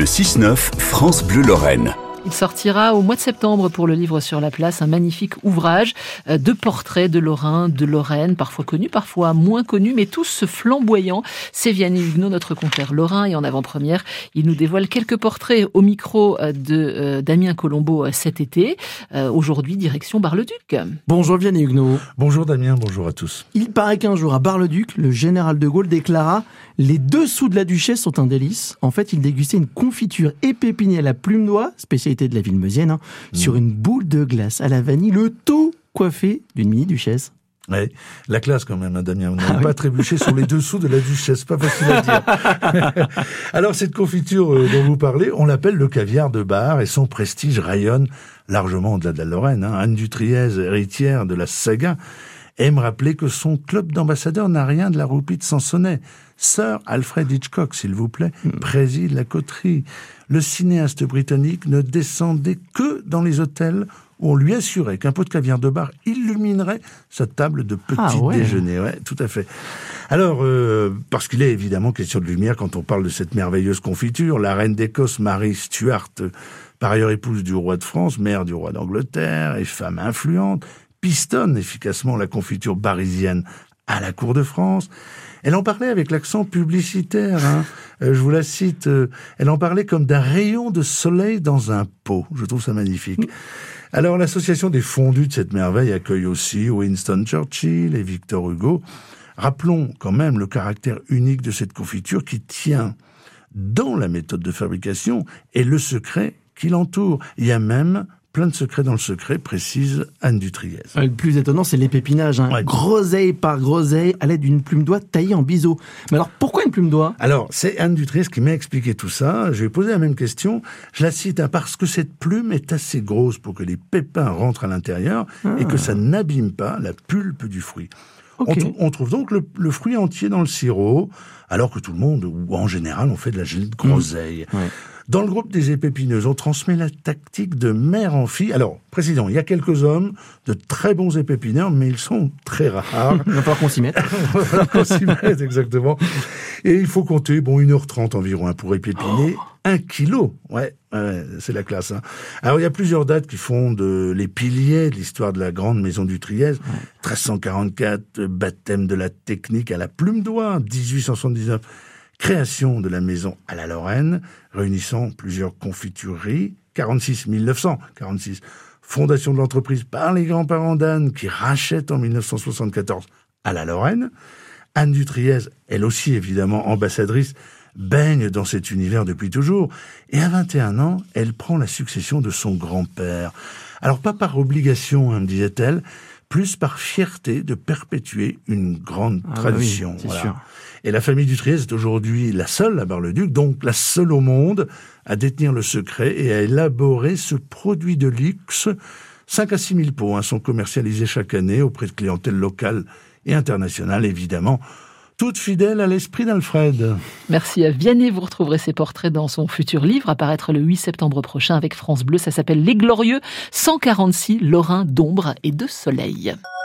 6-9, France Bleu Lorraine. Il sortira au mois de septembre pour le livre sur la place, un magnifique ouvrage de portraits de Lorrains, de Lorraine, parfois connus, parfois moins connus, mais tous flamboyants. C'est Vianney Huguenot, notre compère lorrain, et en avant-première, il nous dévoile quelques portraits au micro de Damien Colombo cet été. Aujourd'hui, direction Bar-le-Duc. Bonjour Vianney Huguenot. Bonjour Damien, bonjour à tous. Il paraît qu'un jour à Bar-le-Duc, le général de Gaulle déclara « Les dessous de la duchesse sont un délice ». En fait, il dégustait une confiture épépinée à la plume d'oie, spécialité de la ville meusienne, sur une boule de glace à la vanille, le tout coiffé d'une mini-duchesse. Ouais, la classe quand même, hein, Damien. On n'a pas trébuché sur les dessous de la duchesse, pas facile à dire. Alors cette confiture dont vous parlez, on l'appelle le caviar de Bar et son prestige rayonne largement au-delà de la Lorraine. Anne du Trièze, héritière de la saga, aime rappeler que son club d'ambassadeurs n'a rien de la roupie de Sansonnet. Sir Alfred Hitchcock, s'il vous plaît, préside la coterie. Le cinéaste britannique ne descendait que dans les hôtels où on lui assurait qu'un pot de caviar de Bar illuminerait sa table de petit déjeuner. Ouais, tout à fait. Alors, parce qu'il est évidemment question de lumière quand on parle de cette merveilleuse confiture, la reine d'Écosse, Marie Stuart, par ailleurs épouse du roi de France, mère du roi d'Angleterre et femme influente, pistonne efficacement la confiture barisienne à la cour de France. Elle en parlait avec l'accent publicitaire, hein. Je vous la cite, elle en parlait comme d'un rayon de soleil dans un pot. Je trouve ça magnifique. Alors l'association des fondus de cette merveille accueille aussi Winston Churchill et Victor Hugo. Rappelons quand même le caractère unique de cette confiture qui tient dans la méthode de fabrication et le secret qui l'entoure. Il y a même plein de secrets dans le secret, précise Anne du Trièze. Le plus étonnant, c'est l'épépinage. Ouais. Groseille par groseille, à l'aide d'une plume d'oie taillée en biseau. Mais alors, pourquoi une plume d'oie ? Alors, c'est Anne du Trièze qui m'a expliqué tout ça. Je lui ai posé la même question. Je la cite, parce que cette plume est assez grosse pour que les pépins rentrent à l'intérieur et que ça n'abîme pas la pulpe du fruit. Okay. On trouve donc le fruit entier dans le sirop, alors que tout le monde, ou en général, on fait de la gelée de groseille. Ouais. Dans le groupe des épépineuses, on transmet la tactique de mère en fille. Alors, président, il y a quelques hommes de très bons épépineurs, mais ils sont très rares. Il va falloir qu'on s'y mette. Il va falloir qu'on s'y mette, exactement. Et il faut compter, 1h30 environ, pour épépiner 1 kilo. Ouais, c'est la classe. Hein. Alors, il y a plusieurs dates qui font les piliers de l'histoire de la grande maison du Trièze. 1344, baptême de la technique à la plume d'oie, 1879. Création de la maison à la Lorraine, réunissant plusieurs confitureries, 1946. Fondation de l'entreprise par les grands-parents d'Anne, qui rachètent en 1974 à la Lorraine. Anne du Trièze, elle aussi évidemment ambassadrice, baigne dans cet univers depuis toujours. Et à 21 ans, elle prend la succession de son grand-père. Alors pas par obligation, me disait-elle, plus par fierté de perpétuer une grande tradition. Oui, c'est sûr. Et la famille du Trièze est aujourd'hui la seule à Bar-le-Duc, donc la seule au monde à détenir le secret et à élaborer ce produit de luxe. 5 à 6 000 pots sont commercialisés chaque année auprès de clientèle locale et internationale, évidemment, toute fidèle à l'esprit d'Alfred. Merci à Vianney. Vous retrouverez ses portraits dans son futur livre, à paraître le 8 septembre prochain avec France Bleu. Ça s'appelle Les Glorieux, 146 Lorrains d'ombre et de soleil.